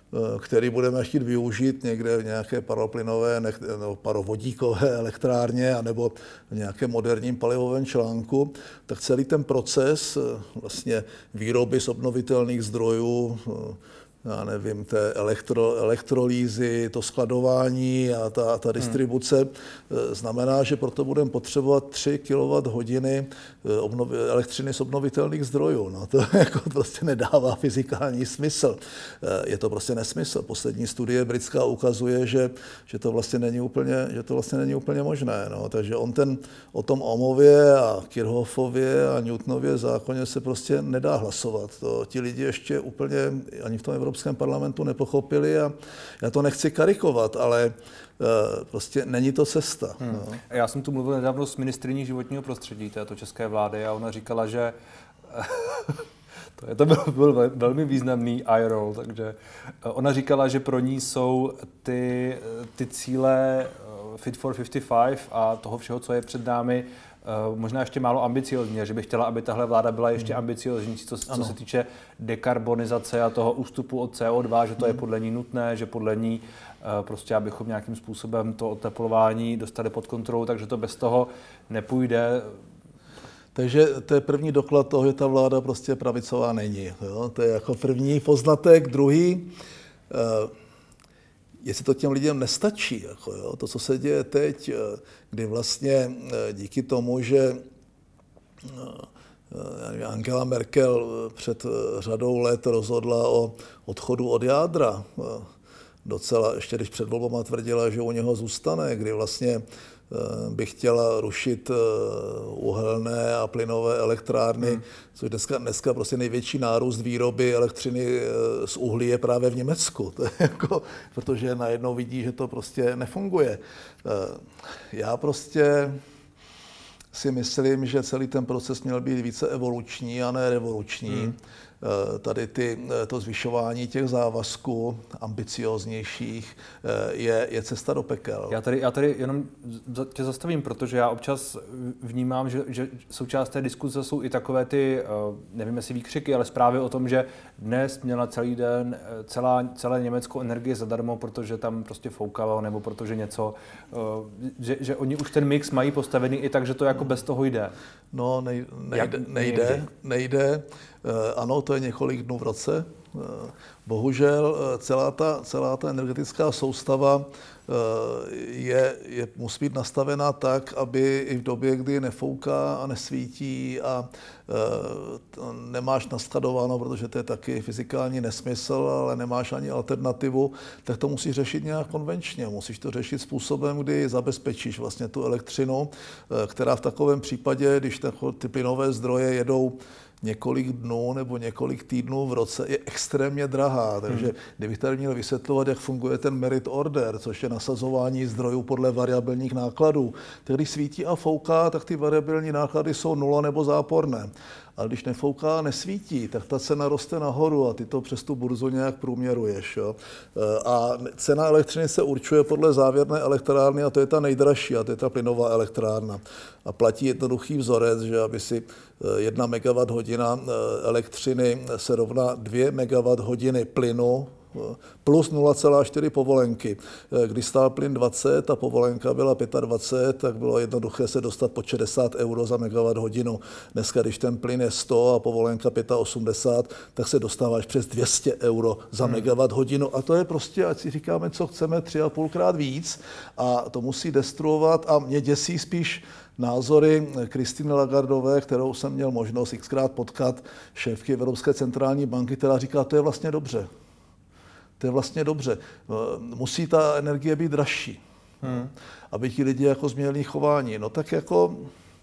který budeme chtít využít někde v nějaké paroplynové nebo parovodíkové elektrárně anebo v nějakém moderním palivovém článku, tak celý ten proces vlastně výroby z obnovitelných zdrojů, já nevím, té elektro, elektrolýzy, to skladování a ta, ta distribuce, hmm. znamená, že proto budeme potřebovat tři kilowatthodiny obnovi, elektřiny z obnovitelných zdrojů. No, to jako prostě nedává fyzikální smysl. Je to prostě nesmysl. Poslední studie britská ukazuje, že, že, to, vlastně není úplně, že to vlastně není úplně možné. No. Takže on ten, o tom Ohmově a Kirchhoffově a Newtonově zákoně se prostě nedá hlasovat. To ti lidi ještě úplně ani v tom Evropském parlamentu nepochopili a já to nechci karikovat, ale prostě není to cesta. Hmm. No. Já jsem tu mluvil nedávno s ministryní životního prostředí této české vlády a ona říkala, že to, je, to byl, byl velmi významný eye roll, takže ona říkala, že pro ní jsou ty, ty cíle Fit for padesát pět a toho všeho, co je před námi, možná ještě málo ambiciozní, že bych chtěla, aby tahle vláda byla ještě ambicioznější, co, co se týče dekarbonizace a toho ústupu od C O dva, že to je podle ní nutné, že podle ní prostě, abychom nějakým způsobem to oteplování dostali pod kontrolu, takže to bez toho nepůjde. Takže to je první doklad toho, že ta vláda prostě pravicová není. Jo? To je jako první poznatek. Druhý, uh, jestli to těm lidem nestačí, jako, jo? To, co se děje teď, kdy vlastně díky tomu, že Angela Merkel před řadou let rozhodla o odchodu od jádra, docela, ještě když před volbama tvrdila, že u něho zůstane, kdy vlastně by chtěla rušit uhelné a plynové elektrárny, hmm. což dneska, dneska prostě největší nárůst výroby elektřiny z uhlí je právě v Německu. To je jako, protože najednou vidí, že to prostě nefunguje. Já prostě si myslím, že celý ten proces měl být více evoluční a ne revoluční. Hmm. Tady ty, to zvyšování těch závazků ambicioznějších je, je cesta do pekel. Já tady, já tady jenom tě zastavím, protože já občas vnímám, že, že součást té diskuze jsou i takové ty, nevím jestli výkřiky, ale zprávy o tom, že dnes měla celý den celá, celé Německo energie zadarmo, protože tam prostě foukalo, nebo protože něco, že, že oni už ten mix mají postavený i tak, že to jako bez toho jde. No, nej, nejde, nejde, nejde. Ano, to je několik dnů v roce. Bohužel celá ta, celá ta energetická soustava je, je, musí být nastavená tak, aby i v době, kdy nefouká a nesvítí a nemáš naskladováno, protože to je taky fyzikální nesmysl, ale nemáš ani alternativu, tak to musíš řešit nějak konvenčně. Musíš to řešit způsobem, kdy zabezpečíš vlastně tu elektřinu, která v takovém případě, když ty plynové zdroje jedou několik dnů nebo několik týdnů v roce, je extrémně drahá. Takže hmm. kdybych tady měl vysvětlovat, jak funguje ten merit order, což je nasazování zdrojů podle variabilních nákladů, tak když svítí a fouká, tak ty variabilní náklady jsou nula nebo záporné. Ale když nefouká a nesvítí, tak ta cena roste nahoru a ty to přes tu burzu nějak průměruješ. Jo? A cena elektřiny se určuje podle závěrné elektrárny a to je ta nejdražší a to je ta plynová elektrárna. A platí jednoduchý vzorec, že aby si jedna megawatthodina elektřiny se rovná dvě megawatthodiny plynu plus nula celá čtyři povolenky. Když stál plyn dvacet a povolenka byla dvacet pět, tak bylo jednoduché se dostat po šedesát euro za megawatt hodinu. Dneska, když ten plyn je sto a povolenka osmdesát pět, tak se dostáváš přes dvě stě euro za hmm. megawatt hodinu. A to je prostě, ať si říkáme, co chceme, tři a půlkrát víc. A to musí destruovat a mě děsí spíš názory Christine Lagardové, kterou jsem měl možnost xkrát potkat, šéfky Evropské centrální banky, která říká, to je vlastně dobře. To je vlastně dobře. Musí ta energie být dražší, hmm. aby ti lidi jako změnili chování. No tak jako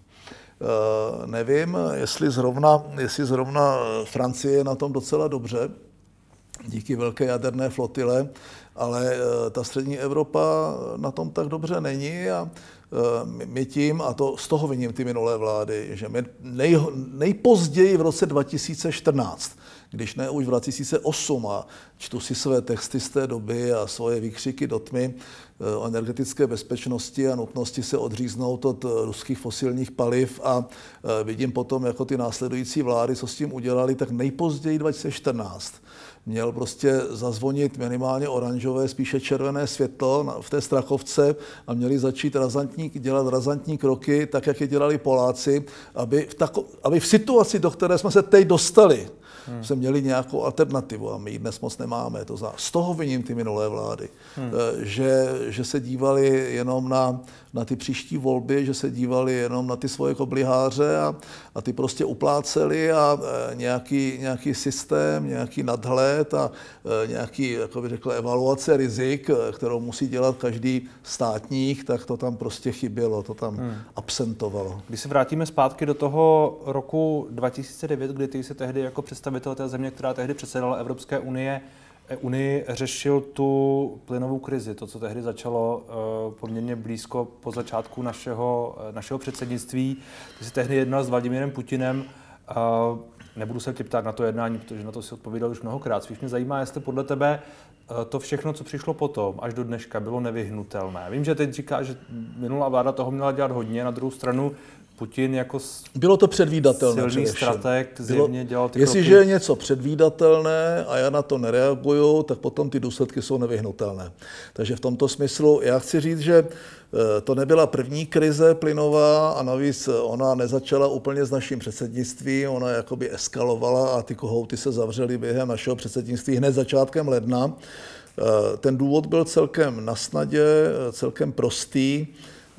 nevím, jestli zrovna, jestli zrovna Francie je na tom docela dobře, díky velké jaderné flotile, ale ta střední Evropa na tom tak dobře není a my tím, a to z toho viním ty minulé vlády, že my nej, nejpozději v roce dva tisíce čtrnáct, když ne už v dva tisíce osm a čtu si své texty z té doby a svoje výkřiky do tmy o energetické bezpečnosti a nutnosti se odříznout od ruských fosilních paliv a vidím potom jako ty následující vlády, co s tím udělali, tak nejpozději dva tisíce čtrnáct měl prostě zazvonit minimálně oranžové, spíše červené světlo v té Strachovce a měli začít razantní, dělat razantní kroky, tak jak je dělali Poláci, aby v, tako, aby v situaci, do které jsme se teď dostali, Hmm. jsme měli nějakou alternativu a my ji dnes moc nemáme. To znamená, z toho viním ty minulé vlády, hmm. že, že se dívali jenom na, na ty příští volby, že se dívali jenom na ty svoje kobliháře a, a ty prostě upláceli a nějaký, nějaký systém, nějaký nadhled a nějaký, jako bych řekl, evaluace rizik, kterou musí dělat každý státník, tak to tam prostě chybělo, to tam hmm. absentovalo. Když se vrátíme zpátky do toho roku dva tisíce devět, kdy ty se tehdy jako představitel té země, která tehdy předsedala Evropské unie, unii, řešil tu plynovou krizi, to, co tehdy začalo uh, poměrně blízko po začátku našeho, našeho předsednictví. Ty jsi tehdy jednal s Vladimírem Putinem. Uh, nebudu se tě ptát na to jednání, protože na to si odpovídal už mnohokrát. Spíš mě zajímá, jestli podle tebe uh, to všechno, co přišlo potom, až do dneška, bylo nevyhnutelné. Vím, že teď říkáš, že minulá vláda toho měla dělat hodně, na druhou stranu Putin jako bylo to předvídatelné, silný především. Strateg zjevně dělal ty Jestliže je něco předvídatelné a já na to nereaguju, tak potom ty důsledky jsou nevyhnutelné. Takže v tomto smyslu já chci říct, že to nebyla první krize plynová a navíc ona nezačala úplně s naším předsednictvím, ona jakoby eskalovala a ty kohouty se zavřely během našeho předsednictví hned začátkem ledna. Ten důvod byl celkem nasnadě, celkem prostý.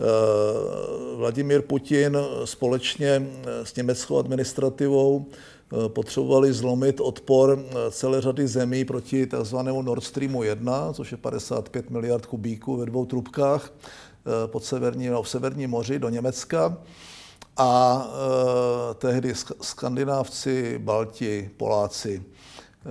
Vladimír Putin společně s německou administrativou potřebovali zlomit odpor celé řady zemí proti takzvanému Nord Streamu jedna, což je padesát pět miliard kubíků ve dvou trubkách pod severní, no, v severním moři do Německa. A eh, tehdy Skandinávci, Balti, Poláci, eh,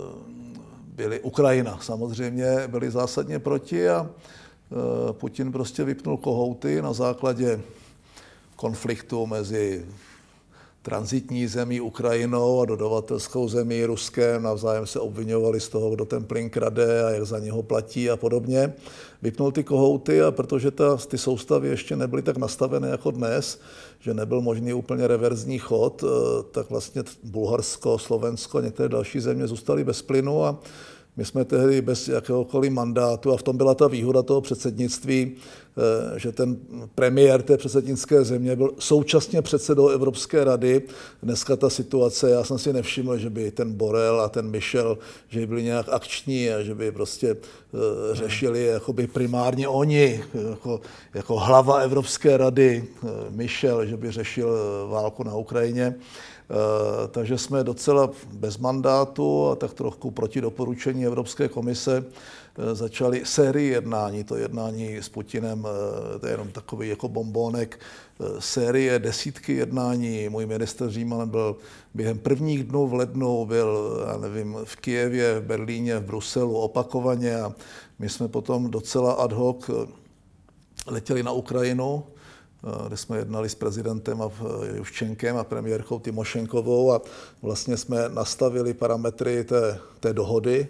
byli Ukrajina samozřejmě, byli zásadně proti a eh, Putin prostě vypnul kohouty na základě konfliktu mezi tranzitní zemí Ukrajinou a dodavatelskou zemí Ruskem. Navzájem se obviňovali z toho, kdo ten plyn krade a jak za něho platí a podobně. Vypnul ty kohouty a protože ta, ty soustavy ještě nebyly tak nastavené jako dnes, že nebyl možný úplně reverzní chod, tak vlastně Bulharsko, Slovensko, některé další země zůstaly bez plynu a my jsme tehdy bez jakéhokoliv mandátu a v tom byla ta výhoda toho předsednictví, že ten premiér té předsednické země byl současně předsedou Evropské rady. Dneska ta situace, já jsem si nevšiml, že by ten Borrell a ten Michel, že by byli nějak akční a že by prostě řešili jakoby primárně oni, jako, jako hlava Evropské rady, Michel, že by řešil válku na Ukrajině. Takže jsme docela bez mandátu a tak trochu proti doporučení Evropské komise začali sérii jednání. To jednání s Putinem, to je jenom takový jako bombónek, série desítky jednání. Můj ministr Říman byl během prvních dnů v lednu, byl, já nevím, v Kyjevě, v Berlíně, v Bruselu opakovaně a my jsme potom docela ad hoc letěli na Ukrajinu, kde jsme jednali s prezidentem Juščenkem a premiérkou Tymošenkovou a vlastně jsme nastavili parametry té, té dohody,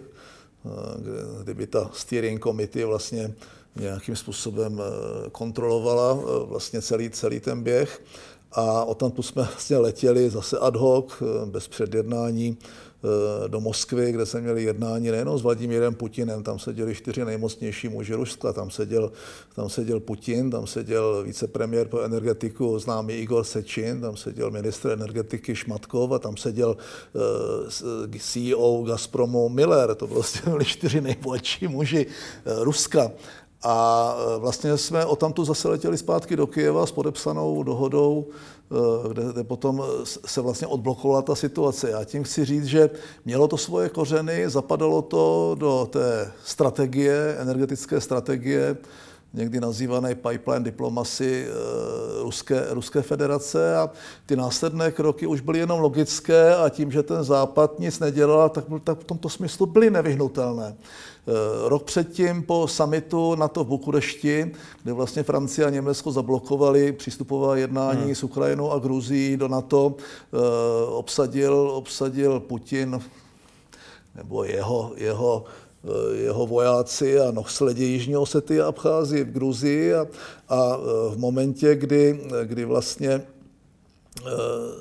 kdyby ta steering committee vlastně nějakým způsobem kontrolovala vlastně celý, celý ten běh. A odtamtud jsme vlastně letěli zase ad hoc, bez předjednání, do Moskvy, kde jsme měli jednání nejenom s Vladimírem Putinem, tam seděli čtyři nejmocnější muži Ruska, tam seděl, tam seděl Putin, tam seděl vicepremiér pro energetiku známý Igor Sečin, tam seděl ministr energetiky Šmatkov a tam seděl uh, C E O Gazpromu Miller, to prostě byli čtyři nejbohatší muži uh, Ruska. A vlastně jsme odtamtud zase letěli zpátky do Kyjeva s podepsanou dohodou, kde, kde potom se vlastně odblokovala ta situace. Já tím chci říct, že mělo to svoje kořeny, zapadalo to do té strategie, energetické strategie, někdy nazývané pipeline diplomacy Ruské, Ruské federace a ty následné kroky už byly jenom logické a tím, že ten Západ nic nedělal, tak, tak v tomto smyslu byly nevyhnutelné. Rok předtím po summitu NATO v Bukurešti, kde vlastně Francie a Německo zablokovali přístupová jednání hmm. s Ukrajinou a Gruzií do NATO, obsadil, obsadil Putin nebo jeho, jeho jeho vojáci a nohsledi Jižní Osety a Abcházii v Gruzii a, a v momentě, kdy, kdy vlastně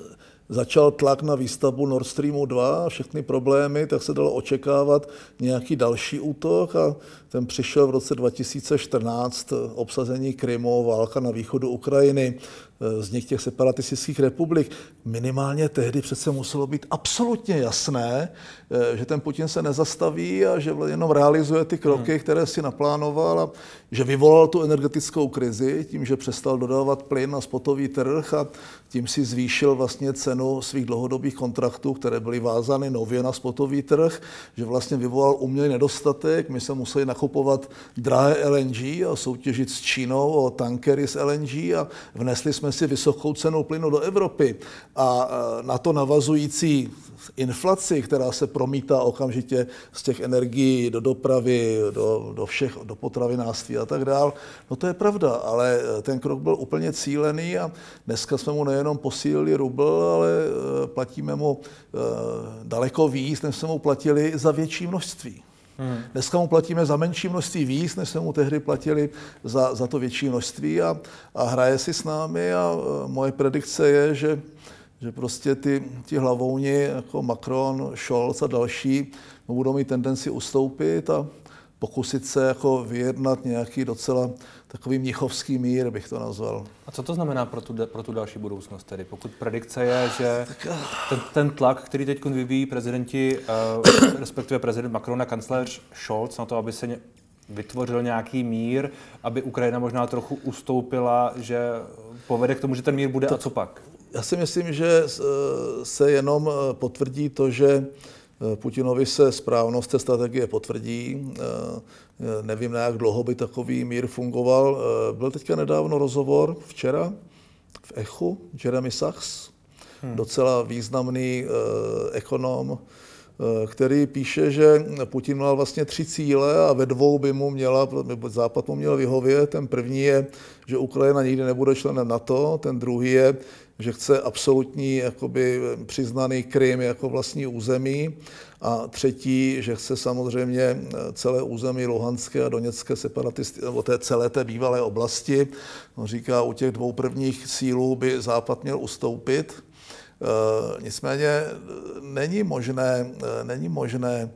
začal tlak na výstavbu Nord Streamu dva a všechny problémy, tak se dalo očekávat nějaký další útok a ten přišel v roce dva tisíce čtrnáct, obsazení Krymu, válka na východu Ukrajiny, vznik těch separatistických republik. Minimálně tehdy přece muselo být absolutně jasné, že ten Putin se nezastaví a že jenom realizuje ty kroky, které si naplánoval a že vyvolal tu energetickou krizi tím, že přestal dodávat plyn na spotový trh a tím si zvýšil vlastně cenu svých dlouhodobých kontraktů, které byly vázány nově na spotový trh, že vlastně vyvolal umělý nedostatek. My jsme museli nakupovat drahé L N G a soutěžit s Čínou o tankery s L N G a vnesli jsme si vysokou cenu plynu do Evropy. A na to navazující inflaci, která se promítá okamžitě z těch energií do dopravy, do, do všech, do potravinářství a tak dál. No to je pravda, ale ten krok byl úplně cílený a dneska jsme mu nejenom posílili rubl, ale platíme mu daleko víc, než jsme mu platili za větší množství. Hmm. Dneska mu platíme za menší množství víc, než jsme mu tehdy platili za, za to větší množství a, a hraje si s námi a moje predikce je, že že prostě ty, ty hlavouni jako Macron, Scholz a další budou mít tendenci ustoupit a pokusit se jako vyjednat nějaký docela takový mnichovský mír, bych to nazval. A co to znamená pro tu, pro tu další budoucnost tedy? Pokud predikce je, že ten, ten tlak, který teď vyvíjí prezidenti, respektive prezident Macron a kancléř Scholz na to, aby se vytvořil nějaký mír, aby Ukrajina možná trochu ustoupila, že povede k tomu, že ten mír bude, to, a co pak? Já si myslím, že se jenom potvrdí to, že Putinovi se správnost té strategie potvrdí. Nevím, na jak dlouho by takový mír fungoval. Byl teďka nedávno rozhovor, včera, v Echu, Jeremy Sachs, hmm. docela významný ekonom, který píše, že Putin měl vlastně tři cíle a ve dvou by mu měla, Západ mu měl vyhovět. Ten první je, že Ukrajina nikdy nebude členem NATO, ten druhý je, že chce absolutní jakoby, přiznaný Krym jako vlastní území a třetí, že chce samozřejmě celé území Luhanské a Doněcké separatisty, nebo té celé té bývalé oblasti. On říká, u těch dvou prvních cílů by Západ měl ustoupit. E, nicméně není možné, není možné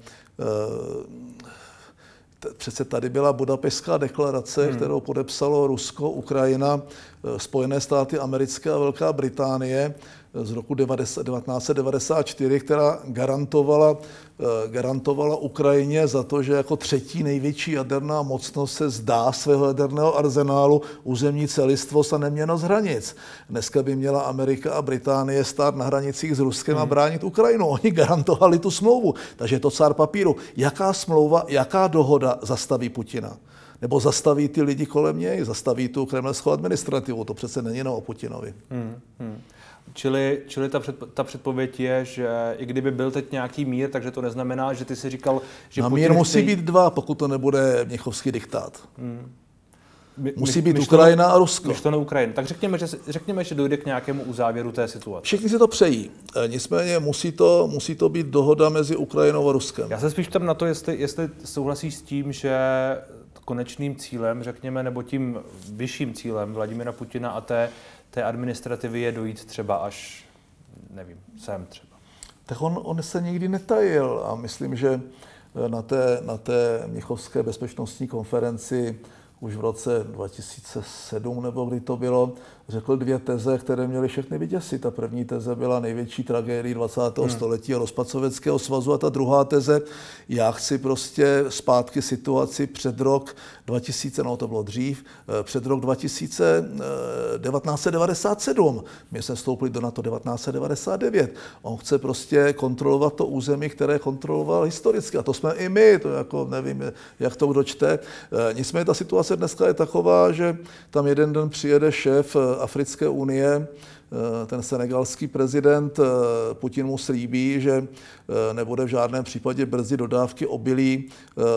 přece tady byla Budapeštská deklarace, hmm. kterou podepsalo Rusko, Ukrajina, Spojené státy americké a Velká Británie z roku devatenáct set devadesát čtyři, která garantovala, garantovala Ukrajině za to, že jako třetí největší jaderná mocnost se zdá svého jaderného arzenálu územní celistvost a neměnnost hranic. Dneska by měla Amerika a Británie stát na hranicích s Ruskem hmm. a bránit Ukrajinu. Oni garantovali tu smlouvu, takže je to cár papíru. Jaká smlouva, jaká dohoda zastaví Putina? Nebo zastaví ty lidi kolem něj, zastaví tu kremelskou administrativu. To přece není jenom o Putinovi. Hmm, hmm. Čili, čili ta, před, ta předpověď je, že i kdyby byl teď nějaký mír, takže to neznamená, že ty si říkal, že no, Putin mír musí chce... být dva, pokud to nebude mnichovský diktát. Hmm. My, musí my, být myš Ukrajina to, a Rusko. Myš to na Ukrajinu. Tak řekněme že, řekněme, že dojde k nějakému uzávěru té situace. Všichni si to přejí. Nicméně musí to, musí to být dohoda mezi Ukrajinou a Ruskem. Já se spíš ptám na to, jestli, jestli souhlasíš s tím, že konečným cílem, řekněme, nebo tím vyšším cílem Vladimira Putina a té, té administrativy je dojít třeba až, nevím, sem třeba. Tak on, on se nikdy netajil a myslím, že na té, na té mnichovské bezpečnostní konferenci už v roce dva tisíce sedm nebo kdy to bylo, řekl dvě teze, které měly všechny vyděsit. Ta první teze byla největší tragédie dvacátého Hmm. století a rozpad Sovětského svazu a ta druhá teze, já chci prostě zpátky situaci před rok dva tisíce, no to bylo dřív, před rok dva tisíce, devatenáct set devadesát sedm. My jsme vstoupili do NATO devatenáct set devadesát devět. On chce prostě kontrolovat to území, které kontroloval historicky. A to jsme i my, to jako nevím, jak to kdo čte. Nicméně ta situace dneska je taková, že tam jeden den přijede šéf Africké unie, ten senegalský prezident, Putin mu slíbí, že nebude v žádném případě brzdit dodávky obilí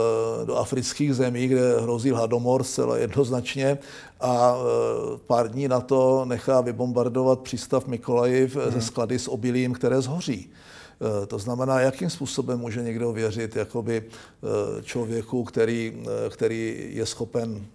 do afrických zemí, kde hrozí hladomor zcela jednoznačně a pár dní na to nechá vybombardovat přístav Mykolajiv hmm. ze sklady s obilím, které zhoří. To znamená, jakým způsobem může někdo věřit jakoby člověku, který, který je schopen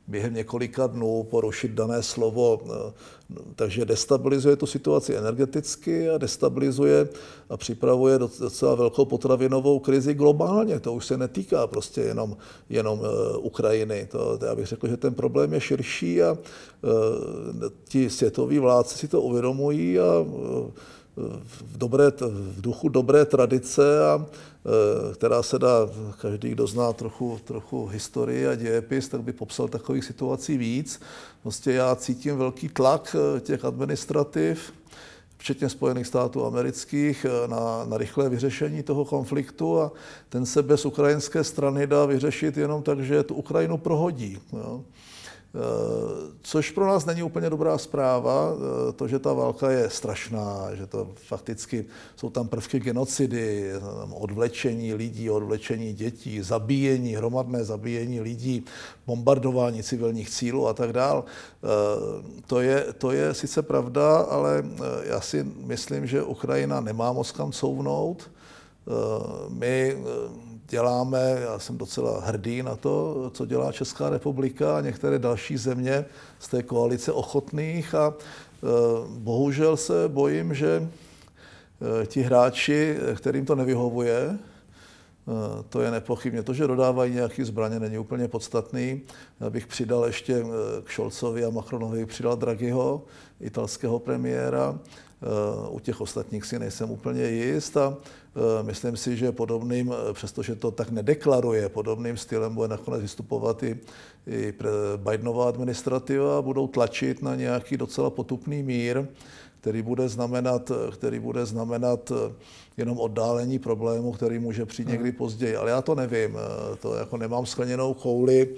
během několika dnů porušit dané slovo. Takže destabilizuje tu situaci energeticky a destabilizuje a připravuje docela velkou potravinovou krizi globálně. To už se netýká prostě jenom, jenom Ukrajiny. To, já bych řekl, že ten problém je širší a ti světoví vládci si to uvědomují a v, dobré, v duchu dobré tradice, a, která se dá, každý, kdo zná trochu, trochu historii a dějepis, tak by popsal takových situací víc. Prostě já cítím velký tlak těch administrativ, včetně Spojených států amerických, na, na rychlé vyřešení toho konfliktu, a ten se bez ukrajinské strany dá vyřešit jenom tak, že tu Ukrajinu prohodí. Jo. Což pro nás není úplně dobrá zpráva, to, že ta válka je strašná, že to fakticky jsou tam prvky genocidy, odvlečení lidí, odvlečení dětí, zabíjení, hromadné zabíjení lidí, bombardování civilních cílů a tak dál. To je, to je sice pravda, ale já si myslím, že Ukrajina nemá moc kam couvnout. My děláme, já jsem docela hrdý na to, co dělá Česká republika a některé další země z té koalice ochotných, a bohužel se bojím, že ti hráči, kterým to nevyhovuje, to je nepochybně. To, že dodávají nějaké zbraně, není úplně podstatný. Já bych přidal ještě k Scholzovi a Macronovi přidal Draghiho, italského premiéra. U těch ostatních si nejsem úplně jist, a myslím si, že podobným, přestože to tak nedeklaruje, podobným stylem bude nakonec vystupovat i, i Bidenova administrativa, budou tlačit na nějaký docela potupný mír, který bude znamenat, který bude znamenat jenom oddálení problému, který může přijít někdy později. Ale já to nevím, to jako nemám skleněnou kouli.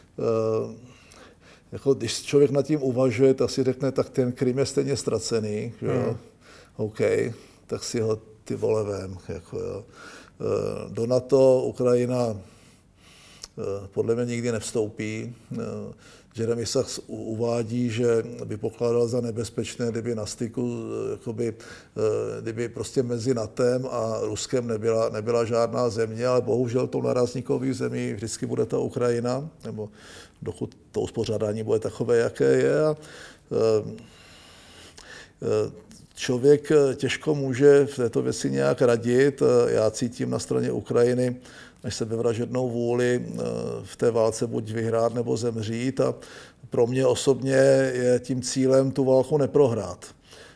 Jako když člověk nad tím uvažuje, tak si řekne, tak ten Krym je stejně ztracený, že jo? Hmm. OK, tak si ho ty vole vem. Jako, jo. Do NATO Ukrajina podle mě nikdy nevstoupí. Jeremy Sachs uvádí, že by pokládal za nebezpečné, kdyby na styku, jakoby, kdyby prostě mezi NATem a Ruskem nebyla, nebyla žádná země, ale bohužel tou narazníkový zemí vždycky bude ta Ukrajina, nebo dokud to uspořádání bude takové, jaké je. A člověk těžko může v této věci nějak radit. Já cítím na straně Ukrajiny až sebevražednou vůli v té válce buď vyhrát nebo zemřít, a pro mě osobně je tím cílem tu válku neprohrát.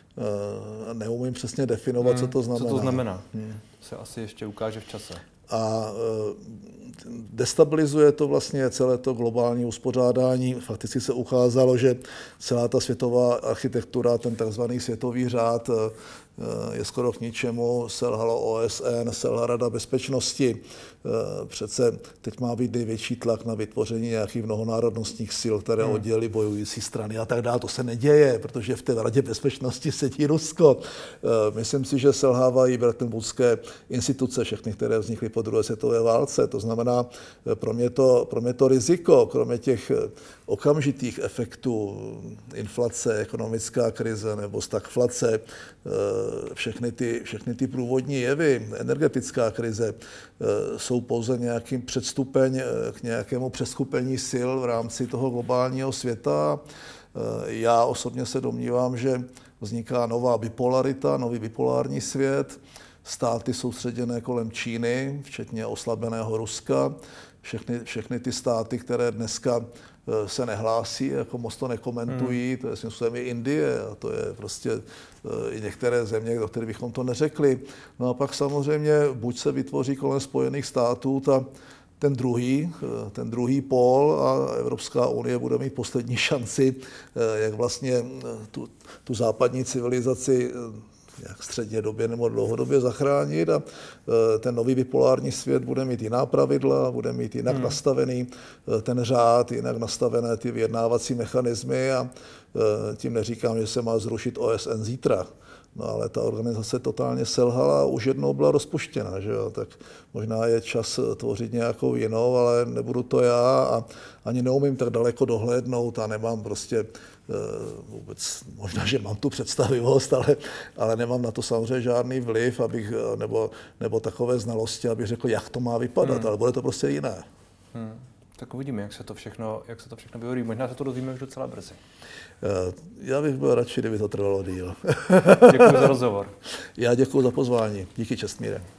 Neumím přesně definovat, hmm, co to znamená. Co to znamená? Hmm. To se asi ještě ukáže v čase. A destabilizuje to vlastně celé to globální uspořádání. Fakticky se ukázalo, že celá ta světová architektura, ten takzvaný světový řád, je skoro k ničemu. Selhalo O S N, selhala Rada bezpečnosti. Přece teď má být největší tlak na vytvoření nějakých mnohonárodnostních sil, které hmm. oddělí bojující strany a tak dále. To se neděje, protože v té Radě bezpečnosti sedí Rusko. Myslím si, že selhávají Bretton-Woodské instituce, všechny, které vznikly po druhé světové válce. To znamená, pro mě to, pro mě to riziko, kromě těch okamžitých efektů, inflace, ekonomická krize nebo stagflace, všechny ty, všechny ty průvodní jevy, energetická krize, jsou pouze nějakým předstupeň k nějakému přeskupení sil v rámci toho globálního světa. Já osobně se domnívám, že vzniká nová bipolarita, nový bipolární svět, státy soustředěné kolem Číny, včetně oslabeného Ruska, všechny, všechny ty státy, které dneska se nehlásí, jako moc to nekomentují, hmm. to je smyslem i Indie, a to je prostě i některé země, do kterých bychom to neřekli. No a pak samozřejmě buď se vytvoří kolem Spojených států ta, ten druhý, ten druhý pól, a Evropská unie bude mít poslední šanci, jak vlastně tu, tu západní civilizaci jak střednědobě nebo dlouhodobě zachránit, a ten nový bipolární svět bude mít jiná pravidla, bude mít jinak hmm. nastavený ten řád, jinak nastavené ty vyjednávací mechanismy, a tím neříkám, že se má zrušit O S N zítra. No ale ta organizace totálně selhala a už jednou byla rozpuštěna, že jo? Tak možná je čas tvořit nějakou jinou, ale nebudu to já a ani neumím tak daleko dohlédnout a nemám prostě vůbec, možná, že mám tu představivost, ale, ale nemám na to samozřejmě žádný vliv, abych, nebo, nebo takové znalosti, abych řekl, jak to má vypadat, hmm. ale bude to prostě jiné. Hmm. Tak uvidíme, jak se to všechno, jak se to všechno vyhodí. Možná se to dozvíme už docela brzy. Já bych byl radši, kdyby to trvalo díl. Děkuji za rozhovor. Já děkuji za pozvání. Díky, Čestmíre.